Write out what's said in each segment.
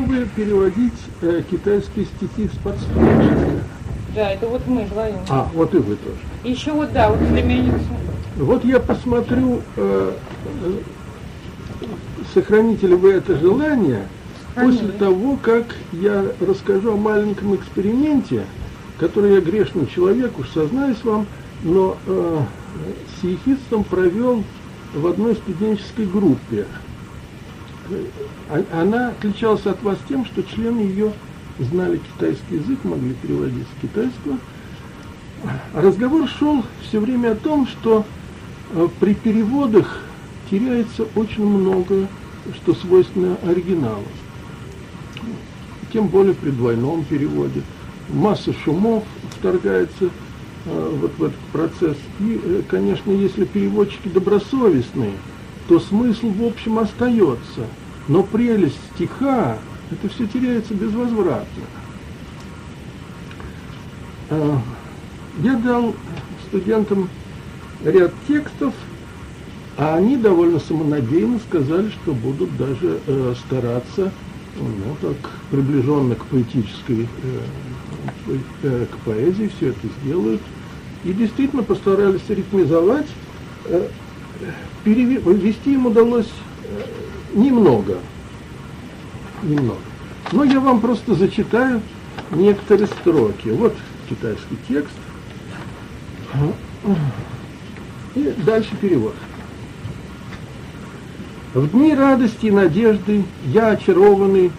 вы переводить китайские стихи с подстрочника. Да, это вот мы вдвоем. А, вот и вы тоже. Еще вот, да, вот племянница. Вот я посмотрю, сохраните ли вы это желание после того, как я расскажу о маленьком эксперименте, который я грешный человек, уж сознаюсь вам, но с ехидством провел в одной студенческой группе. Она отличалась от вас тем, что члены ее знали китайский язык, могли переводить с китайского. Разговор шел все время о том, что при переводах теряется очень много, что свойственно оригиналу. Тем более при двойном переводе. Масса шумов вторгается вот в этот процесс. И, конечно, если переводчики добросовестные, то смысл в общем остается. Но прелесть стиха, это все теряется безвозвратно. Я дал студентам ряд текстов, а они довольно самонадеянно сказали, что будут даже стараться, ну, так, приближенно к поэтической, к поэзии, все это сделают. И действительно постарались ритмизовать. Ввести им удалось немного. Но я вам просто зачитаю некоторые строки. Вот китайский текст. И дальше перевод. В дни радости и надежды я, очарованный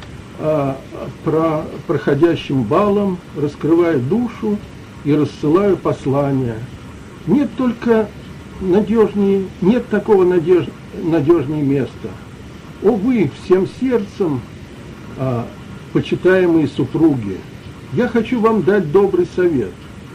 проходящим балом, раскрываю душу и рассылаю послания. Нет такого надежнее места. О вы, всем сердцем, почитаемые супруги, я хочу вам дать добрый совет.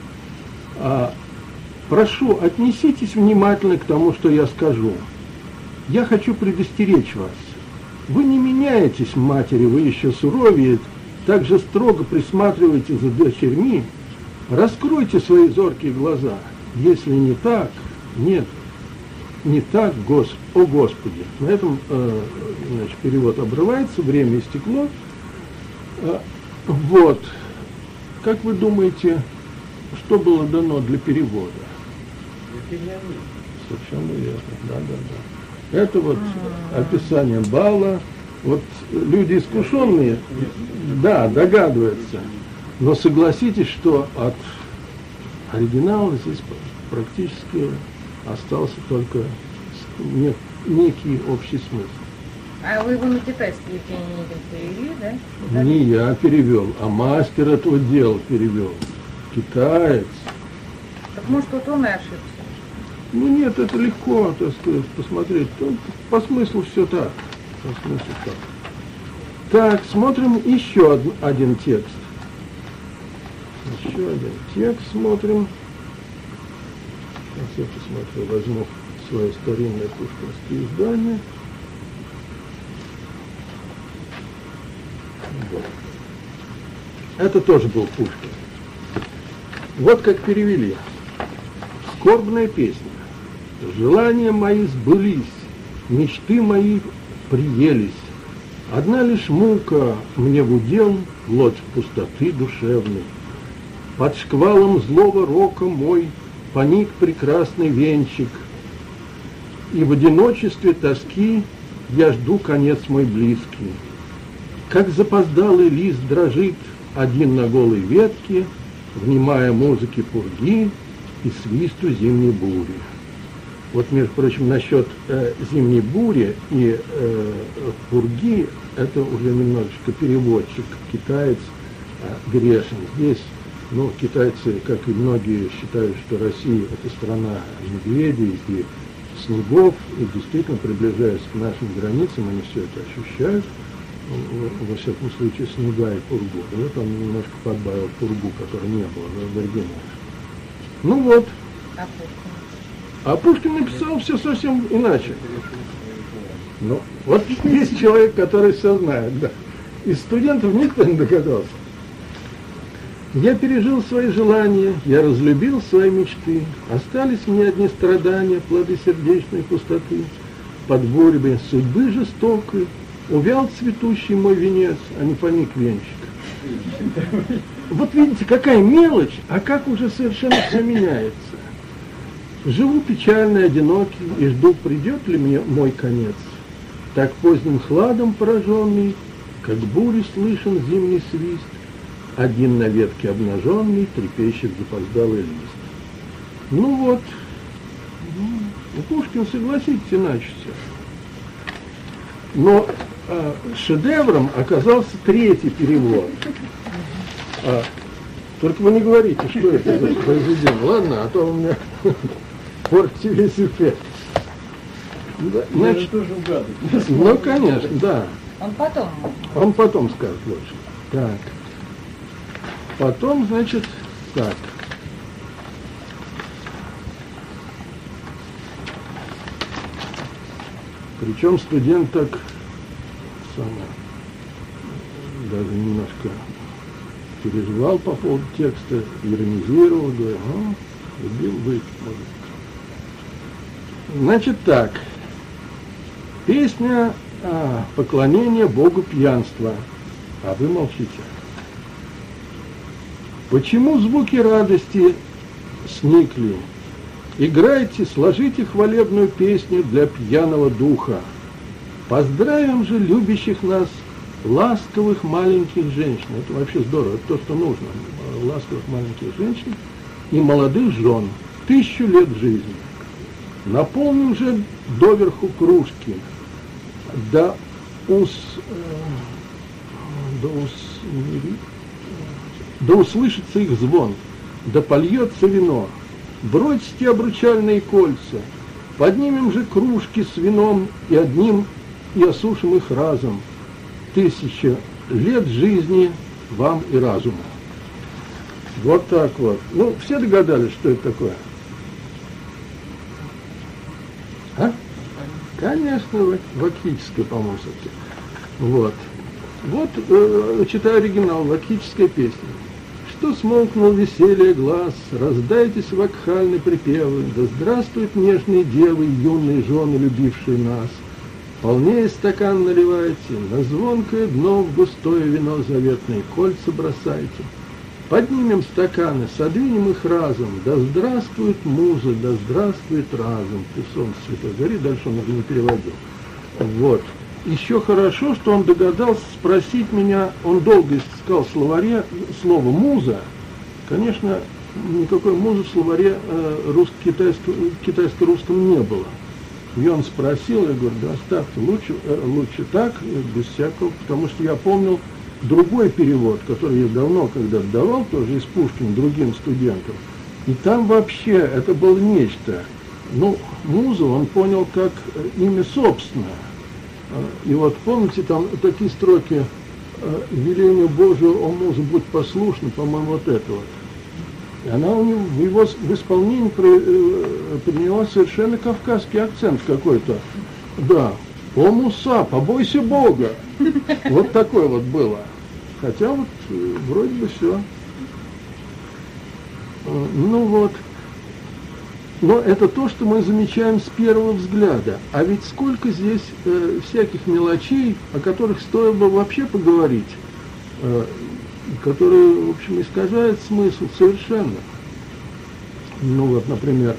Прошу, отнеситесь внимательно к тому, что я скажу. Я хочу предостеречь вас. Вы не меняетесь, матери, вы еще суровее, так же строго присматриваете за дочерьми. Раскройте свои зоркие глаза. Если не так, нет, не так, о Господи. На этом значит, перевод обрывается, время истекло. Вот. Как вы думаете, что было дано для перевода? Совершенно верно. Да. Это вот описание бала. Вот люди искушенные, да, догадываются. Но согласитесь, что от оригинала здесь практически остался только некий общий смысл. А вы его на китайский перевели, да? Не я перевел, а мастер этого дела перевел. Китаец. Так может, вот он и ошибся? Ну нет, это легко, так сказать, посмотреть. По смыслу все так. Так, смотрим еще один текст. Еще один текст смотрим. Сейчас я посмотрю, возьму свое старинное пушкинское издание. Вот. Это тоже был Пушкин. Вот как перевели. Скорбная песня. Желания мои сбылись, мечты мои приелись. Одна лишь мука мне в удел, плоть пустоты душевной. Под шквалом злого рока мой поник прекрасный венчик, и в одиночестве тоски я жду конец мой близкий. Как запоздалый лист дрожит один на голой ветке, внимая музыке пурги и свисту зимней бури. Вот, между прочим, насчет зимней бури и пурги, это уже немножечко переводчик, китаец грешен. Здесь, ну, китайцы, как и многие, считают, что Россия – это страна медведей и снегов, и действительно, приближаясь к нашим границам, они все это ощущают, во всяком случае, снега и пургу. И вот он немножко подбавил пургу, которой не было в оригинале. Ну вот. А Пушкин написал все совсем иначе. Ну, вот есть человек, который все знает, да. Из студентов никто не догадался. Я пережил свои желания, я разлюбил свои мечты. Остались мне одни страдания, плоды сердечной пустоты. Под борьбой судьбы жестокой Увял цветущий мой венец, а не поник венчик. Вот видите, какая мелочь, а как уже совершенно все меняется. Живу печальный, одинокий, и жду, придет ли мне мой конец. Так поздним хладом пораженный, как бури слышен зимний свист, один на ветке обнаженный трепещет запоздалый лист. Ну вот, Пушкин, согласитесь, иначе все. Но шедевром оказался третий перевод. Только вы не говорите, что это за произведение. Ладно, а то у меня портите весь эффект. Да, значит, ну, конечно, да. Он потом скажет лучше. Так. Потом, значит, так. Причем студент так даже немножко переживал по поводу текста, иронизировал, говорил, любил быть, может. Значит так, песня «Поклонение Богу пьянства», а вы молчите. Почему звуки радости сникли? Играйте, сложите хвалебную песню для пьяного духа. Поздравим же любящих нас ласковых маленьких женщин. Это вообще здорово, это то, что нужно. Ласковых маленьких женщин и молодых жен. 1000 лет жизни. Наполним же доверху кружки. Да услышится их звон, да польется вино. Бросьте обручальные кольца, поднимем же кружки с вином и одним, и осушим их разом. 1000 лет жизни вам и разуму. Вот так вот. Ну, все догадались, что это такое? А? Конечно, вакхическое, по-моему, все-таки. Вот. Вот, читаю оригинал, вакхическая песня. Что смолкнул веселье глаз, раздайтесь вакхальны припевы, да здравствуют нежные девы, юные жены, любившие нас. Полнее стакан наливайте, на звонкое дно в густое вино заветные кольца бросайте. Поднимем стаканы, содвинем их разом, да здравствует муза, да здравствует разум. Ты солнце святой гори, дальше он уже не переводил. Вот. Еще хорошо, что он догадался спросить меня, он долго искал в словаре слово «муза». Конечно, никакой музы в словаре китайско-русском не было. И он спросил, я говорю, да оставьте, лучше так, без всякого, потому что я помнил другой перевод, который я давно когда-то давал, тоже из Пушкина, другим студентам. И там вообще это было нечто. Ну, музу он понял как имя собственное. И вот помните, там такие строки «Велению Божию, о муза, будь послушна», по-моему, вот это вот. И она у него, в исполнении приняла совершенно кавказский акцент какой-то. Да, «О муса, побойся Бога». Вот такое вот было. Хотя вот вроде бы все. Ну вот. Но это то, что мы замечаем с первого взгляда. А ведь сколько здесь всяких мелочей, о которых стоило бы вообще поговорить, которые, в общем, искажают смысл совершенно. Ну вот, например,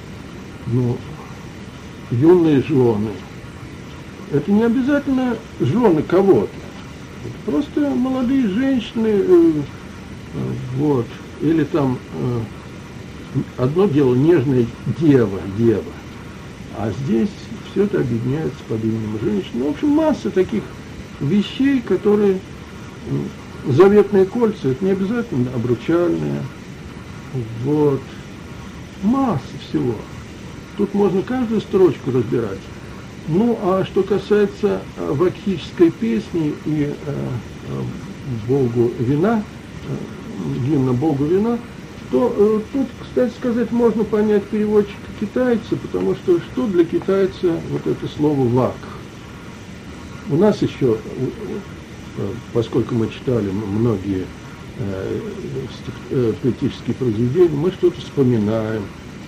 юные жены. Это не обязательно жены кого-то. Это просто молодые женщины, вот, или там... Одно дело нежная дева, а здесь все это объединяется под именем женщины. В общем, масса таких вещей, которые заветные кольца, это не обязательно обручальные. Вот. Масса всего. Тут можно каждую строчку разбирать. Ну, а что касается вакхической песни и Богу вина, гимна Богу вина, то тут, кстати сказать, можно понять переводчика китайца, потому что для китайца вот это слово «вак». У нас еще, поскольку мы читали многие поэтические произведения, мы что-то вспоминаем,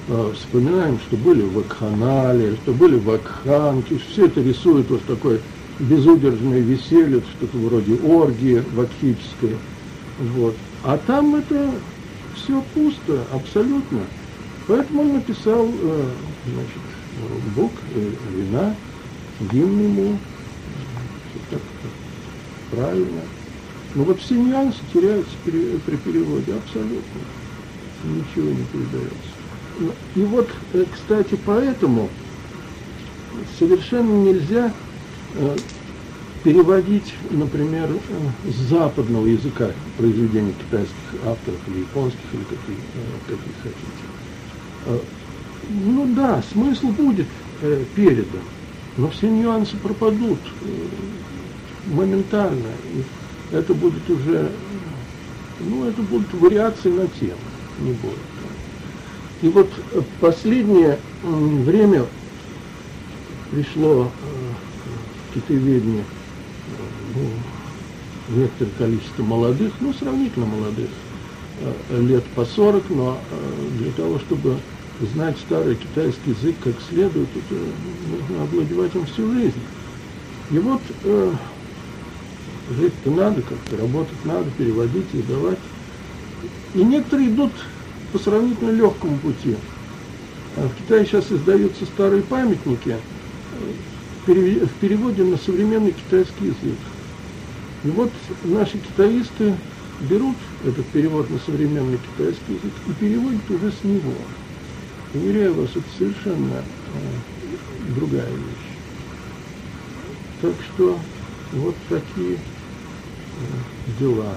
что были вакханалии, что были вакханки, все это рисует вот такой безудержное веселье, что-то вроде оргии вакхической. Вот. А там это все пусто, абсолютно. Поэтому он написал, значит, Бог, вина, гимн ему, так правильно. Но вот все нюансы теряются при переводе, абсолютно. Ничего не передается. И вот, кстати, поэтому совершенно нельзя переводить, например, с западного языка произведения китайских авторов или японских, или каких хотите. Ну да, смысл будет передан, но все нюансы пропадут моментально. И это будет уже, это будут вариации на тему, не более. И вот в последнее время пришло в китаеведение некоторое количество молодых, сравнительно молодых, лет по 40, но для того, чтобы знать старый китайский язык как следует, это нужно овладевать им всю жизнь. И вот жить-то надо как-то, работать надо, переводить, издавать. И некоторые идут по сравнительно легкому пути. В Китае сейчас издаются старые памятники в переводе на современный китайский язык. И вот наши китаисты берут этот перевод на современный китайский язык и переводят уже с него. Уверяю вас, это совершенно другая вещь. Так что вот такие дела.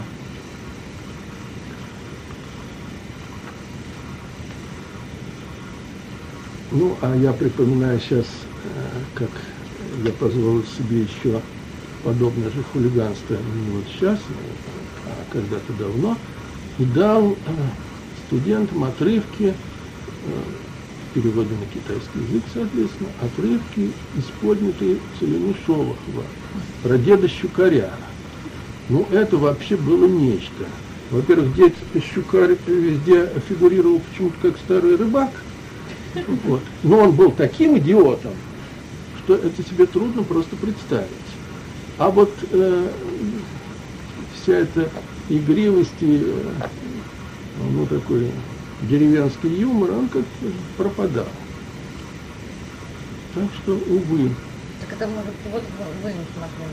А я припоминаю сейчас, как я позволил себе еще подобное же хулиганство не вот сейчас, а когда-то давно, и дал студентам отрывки, в переводе на китайский язык, соответственно, отрывки из поднятой целины Шолохова про деда Щукаря. Это вообще было нечто. Во-первых, дед Щукарь везде фигурировал почему-то как старый рыбак. Вот. Но он был таким идиотом, что это себе трудно просто представить. А вот вся эта игривость и такой деревенский юмор, он как-то пропадал. Так что, увы. Так это может вот вы не смогли.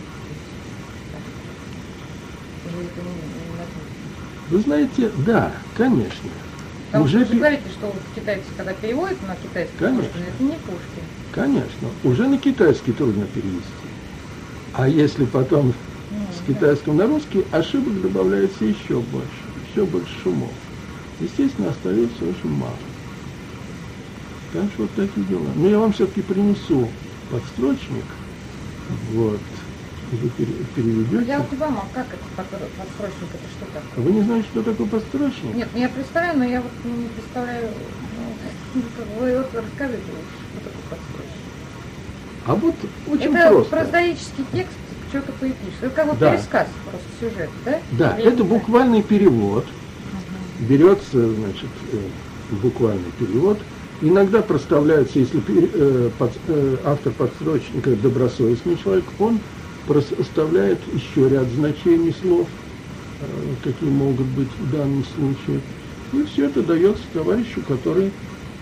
Вы знаете, да, конечно. Потому что вы говорите, что китайцы, когда переводят на китайский, конечно, Пушкин, это не Пушкин. Конечно, уже на китайский трудно перевести. А если потом с китайского на русский, ошибок добавляется еще больше шумов. Естественно, остается очень мало. Так что вот такие дела. Но я вам все-таки принесу подстрочник. Вот. Вы переведете. Я вот вам, как это подстрочник, это что такое? Вы не знаете, что такое подстрочник? Нет, я представляю, но я вот не представляю, вы вот расскажите, что такое подстрочник. А вот очень это просто. Это прозаический текст, что-то поэтическое. Это как бы пересказ, просто сюжет, да? Да, или это буквальный перевод. Берется, значит, буквальный перевод. Иногда проставляется, если автор подстрочника добросовестный человек, он проставляет еще ряд значений слов, какие могут быть в данном случае. И все это дается товарищу, который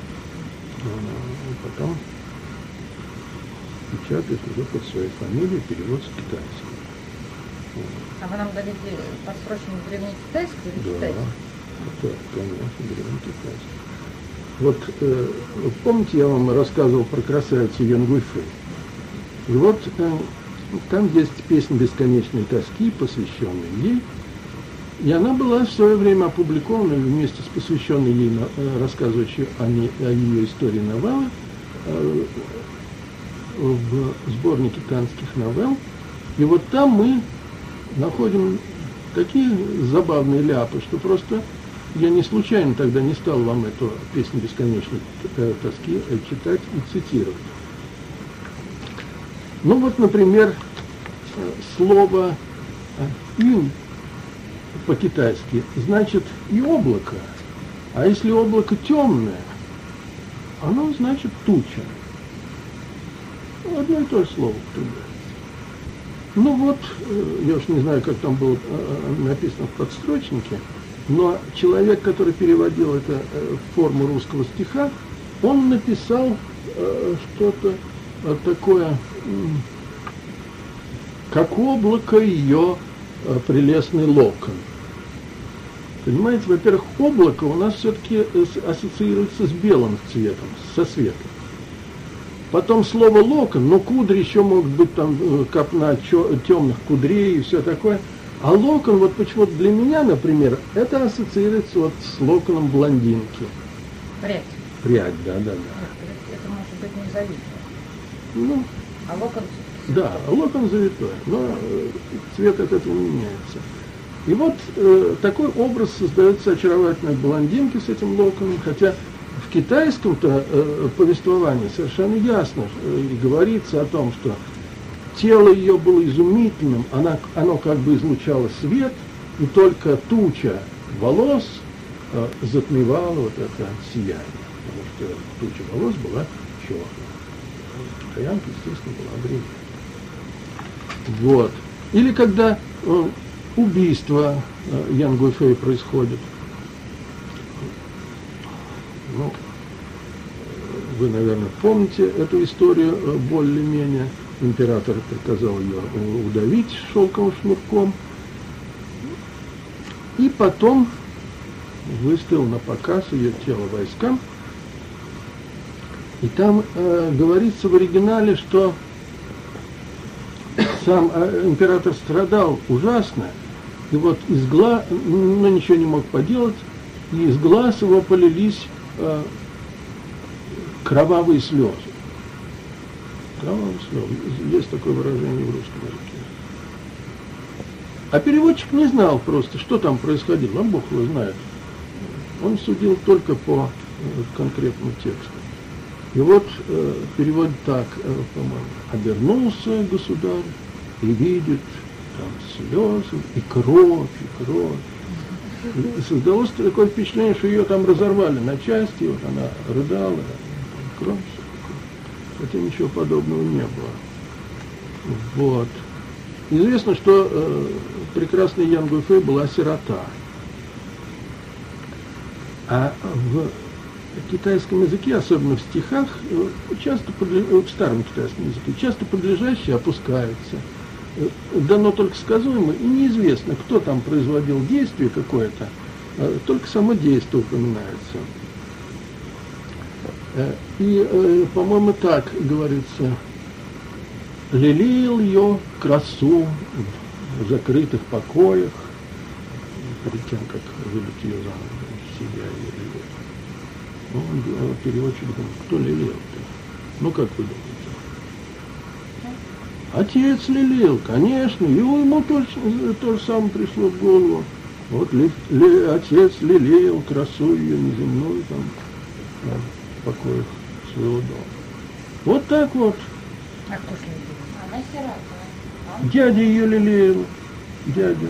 потом печатает уже под своей фамилией перевод с китайского. А вы нам дали подстрочник древнекитайский или китайский? Да, конечно, древнекитайский. Вот помните, я вам рассказывал про красавицу Ян Гуйфэй? И вот там есть песня бесконечной тоски, посвященная ей. И она была в свое время опубликована вместе с посвященной ей, рассказывающей о ее истории новеллы, в сборнике канских новелл. И вот там мы находим такие забавные ляпы, что просто я не случайно тогда не стал вам эту песню бесконечной тоски читать и цитировать. Вот, например, слово «ин» по-китайски значит и облако. А если облако темное, оно значит туча. Одно и то же слово, к примеру. Ну вот, я уж не знаю, как там было написано в подстрочнике, но человек, который переводил это в форму русского стиха, он написал что-то такое, как облако ее прелестный локон. Понимаете, во-первых, облако у нас все-таки ассоциируется с белым цветом, со светом. Потом слово локон, но кудри еще могут быть там копна темных кудрей и все такое. А локон, вот почему-то для меня, например, это ассоциируется вот с локоном блондинки. Прядь. Прядь, да. Это может быть не завитое. Ну, А локон... да, локон завитой, но цвет от этого не меняется. И вот такой образ создается очаровательной блондинки с этим локоном, хотя в китайском-то повествовании совершенно ясно и говорится о том, что тело ее было изумительным, оно как бы излучало свет, и только туча волос затмевала вот это сияние, потому что туча волос была черная. Китаянка, естественно, была брюнетка. Вот. Или когда убийство Ян Гуйфэй происходит. Ну, вы, наверное, помните эту историю более-менее. Император приказал ее удавить шелковым шнурком. И потом выставил на показ ее тело войскам. И там говорится в оригинале, что сам император страдал ужасно, и вот из глаз, но ничего не мог поделать, и из глаз его полились кровавые слезы. Кровавые слезы. Есть такое выражение в русском языке. А переводчик не знал просто, что там происходило, а Бог его знает. Он судил только по конкретному тексту. И вот перевод так, по-моему: обернулся государь и видит там слезы и кровь, и кровь. И создалось такое впечатление, что ее там разорвали на части, вот она рыдала, там кровь, хотя ничего подобного не было. Вот. Известно, что прекрасный Ян Гуйфэй была сирота. А в китайском языке, особенно в стихах, часто в старом китайском языке, часто подлежащие опускаются. Дано только сказуемо, и неизвестно, кто там производил действие какое-то, только само действие упоминается. И, по-моему, так говорится: лелеял ее красу в закрытых покоях, перед тем, как выдать ее за себя и лелеял. Ну, переводчик думает, кто лелеял-то? Ну, как вы думаете? Отец лелеял, конечно, и ему то же самое пришло в голову. Вот отец лелеял красу ее неземную там в покоях своего дома. Вот так вот. А кто ж лелеял? Она сирота. Дядя ее лелеял. Дядя.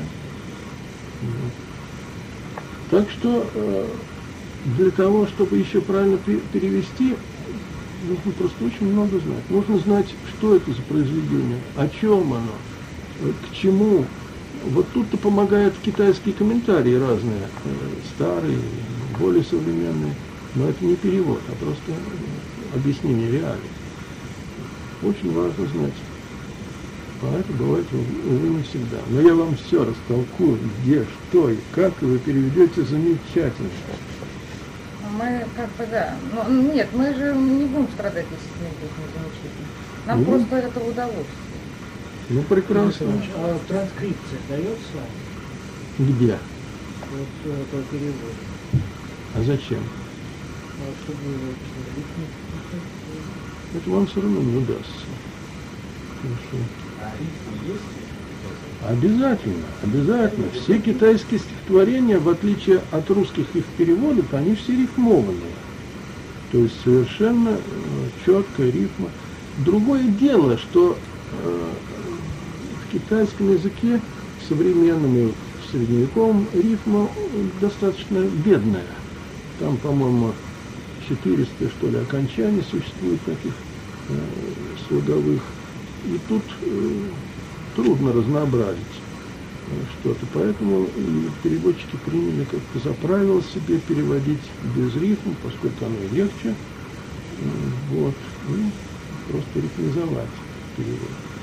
Так что для того, чтобы еще правильно перевести, нужно просто очень много знать. Нужно знать, что это за произведение, о чем оно, к чему. Вот тут-то помогают китайские комментарии разные, старые, более современные. Но это не перевод, а просто объяснение реалий. Очень важно знать. А это бывает, увы, не всегда. Но я вам все растолкую, где, что и как, и вы переведете замечательно. Мы как бы, да. Но, нет, мы же не будем страдать, если мы будем замечательно. Нам просто это удовольствие. Ну, прекрасно. А транскрипция дается? Где? Вот по переводу. А зачем? Чтобы Это вам все равно не удастся. Хорошо. Обязательно, обязательно. Все китайские стихотворения, в отличие от русских их переводов, они все рифмованные. То есть совершенно четкая рифма. Другое дело, что в китайском языке, в современном и в средневековом, рифма достаточно бедная. Там, по-моему, 400, что ли, окончаний существует таких слоговых. И тут трудно разнообразить что-то. Поэтому и переводчики приняли как-то за правило себе переводить без рифма, поскольку оно легче. Вот. И просто ритмизовать перевод.